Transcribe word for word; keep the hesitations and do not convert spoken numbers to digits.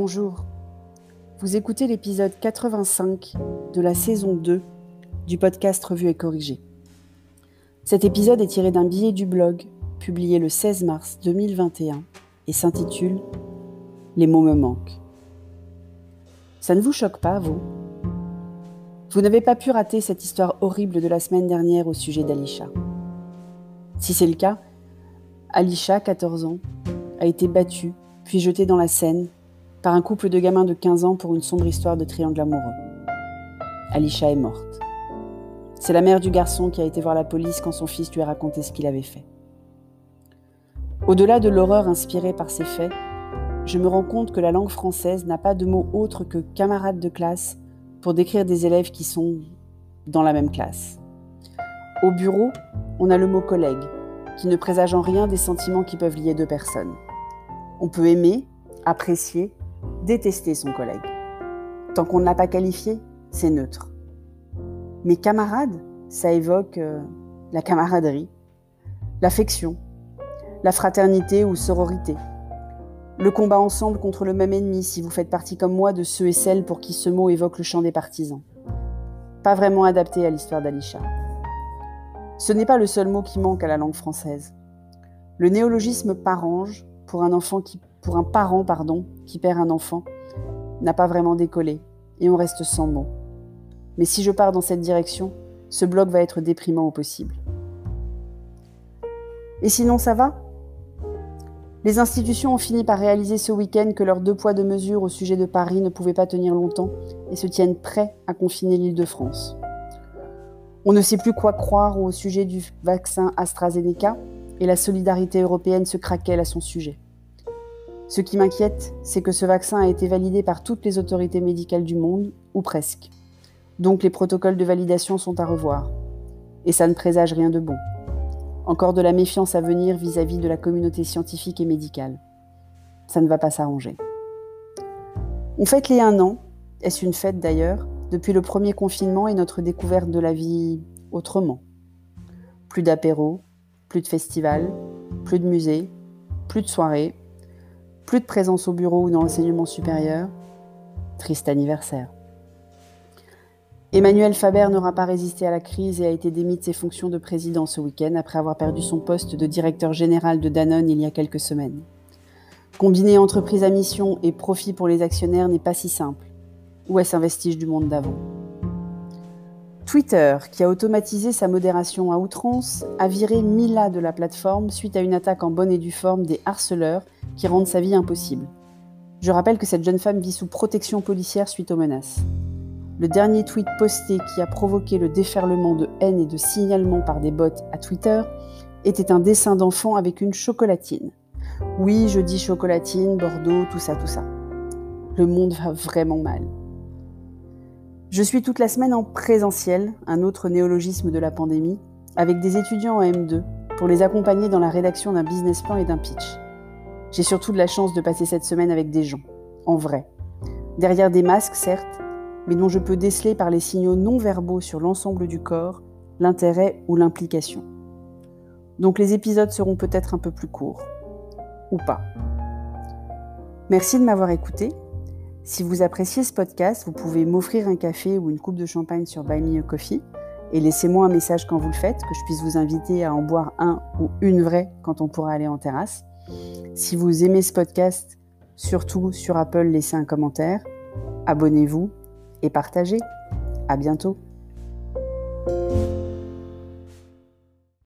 Bonjour, vous écoutez l'épisode quatre-vingt-cinq de la saison deux du podcast Revue et Corrigée. Cet épisode est tiré d'un billet du blog publié le seize mars deux mille vingt et un et s'intitule « Les mots me manquent ». Ça ne vous choque pas, vous ? Vous n'avez pas pu rater cette histoire horrible de la semaine dernière au sujet d'Alisha. Si c'est le cas, Alisha, quatorze ans, a été battue puis jetée dans la Seine par un couple de gamins de quinze ans pour une sombre histoire de triangle amoureux. Alisha est morte. C'est la mère du garçon qui a été voir la police quand son fils lui a raconté ce qu'il avait fait. Au-delà de l'horreur inspirée par ces faits, je me rends compte que la langue française n'a pas de mot autre que « camarade de classe » pour décrire des élèves qui sont dans la même classe. Au bureau, on a le mot « collègue » qui ne présage en rien des sentiments qui peuvent lier deux personnes. On peut aimer, apprécier, détester son collègue. Tant qu'on ne l'a pas qualifié, c'est neutre. Mais camarade, ça évoque euh, la camaraderie, l'affection, la fraternité ou sororité, le combat ensemble contre le même ennemi si vous faites partie comme moi de ceux et celles pour qui ce mot évoque le chant des partisans. Pas vraiment adapté à l'histoire d'Alisha. Ce n'est pas le seul mot qui manque à la langue française. Le néologisme parange, pour un enfant qui, pour un parent pardon, qui perd un enfant, n'a pas vraiment décollé et on reste sans mots. Mais si je pars dans cette direction, ce blog va être déprimant au possible. Et sinon, ça va ? Les institutions ont fini par réaliser ce week-end que leurs deux poids deux mesures au sujet de Paris ne pouvaient pas tenir longtemps et se tiennent prêts à confiner l'Île-de-France. On ne sait plus quoi croire au sujet du vaccin AstraZeneca et la solidarité européenne se craquelle à son sujet. Ce qui m'inquiète, c'est que ce vaccin a été validé par toutes les autorités médicales du monde, ou presque. Donc les protocoles de validation sont à revoir. Et ça ne présage rien de bon. Encore de la méfiance à venir vis-à-vis de la communauté scientifique et médicale. Ça ne va pas s'arranger. On fête les un an, est-ce une fête d'ailleurs, depuis le premier confinement et notre découverte de la vie autrement. Plus d'apéros, plus de festivals, plus de musées, plus de soirées, plus de présence au bureau ou dans l'enseignement supérieur. Triste anniversaire. Emmanuel Faber n'aura pas résisté à la crise et a été démis de ses fonctions de président ce week-end après avoir perdu son poste de directeur général de Danone il y a quelques semaines. Combiner entreprise à mission et profit pour les actionnaires n'est pas si simple. Ou est-ce un vestige du monde d'avant ? Twitter, qui a automatisé sa modération à outrance, a viré Mila de la plateforme suite à une attaque en bonne et due forme des harceleurs qui rendent sa vie impossible. Je rappelle que cette jeune femme vit sous protection policière suite aux menaces. Le dernier tweet posté qui a provoqué le déferlement de haine et de signalement par des bots à Twitter était un dessin d'enfant avec une chocolatine. Oui, je dis chocolatine, Bordeaux, tout ça, tout ça. Le monde va vraiment mal. Je suis toute la semaine en présentiel, un autre néologisme de la pandémie, avec des étudiants en M deux pour les accompagner dans la rédaction d'un business plan et d'un pitch. J'ai surtout de la chance de passer cette semaine avec des gens, en vrai. Derrière des masques, certes, mais dont je peux déceler par les signaux non-verbaux sur l'ensemble du corps, l'intérêt ou l'implication. Donc les épisodes seront peut-être un peu plus courts. Ou pas. Merci de m'avoir écouté. Si vous appréciez ce podcast, vous pouvez m'offrir un café ou une coupe de champagne sur Buy Me a Coffee et laissez-moi un message quand vous le faites, que je puisse vous inviter à en boire un ou une vraie quand on pourra aller en terrasse. Si vous aimez ce podcast, surtout sur Apple, laissez un commentaire, abonnez-vous et partagez. À bientôt.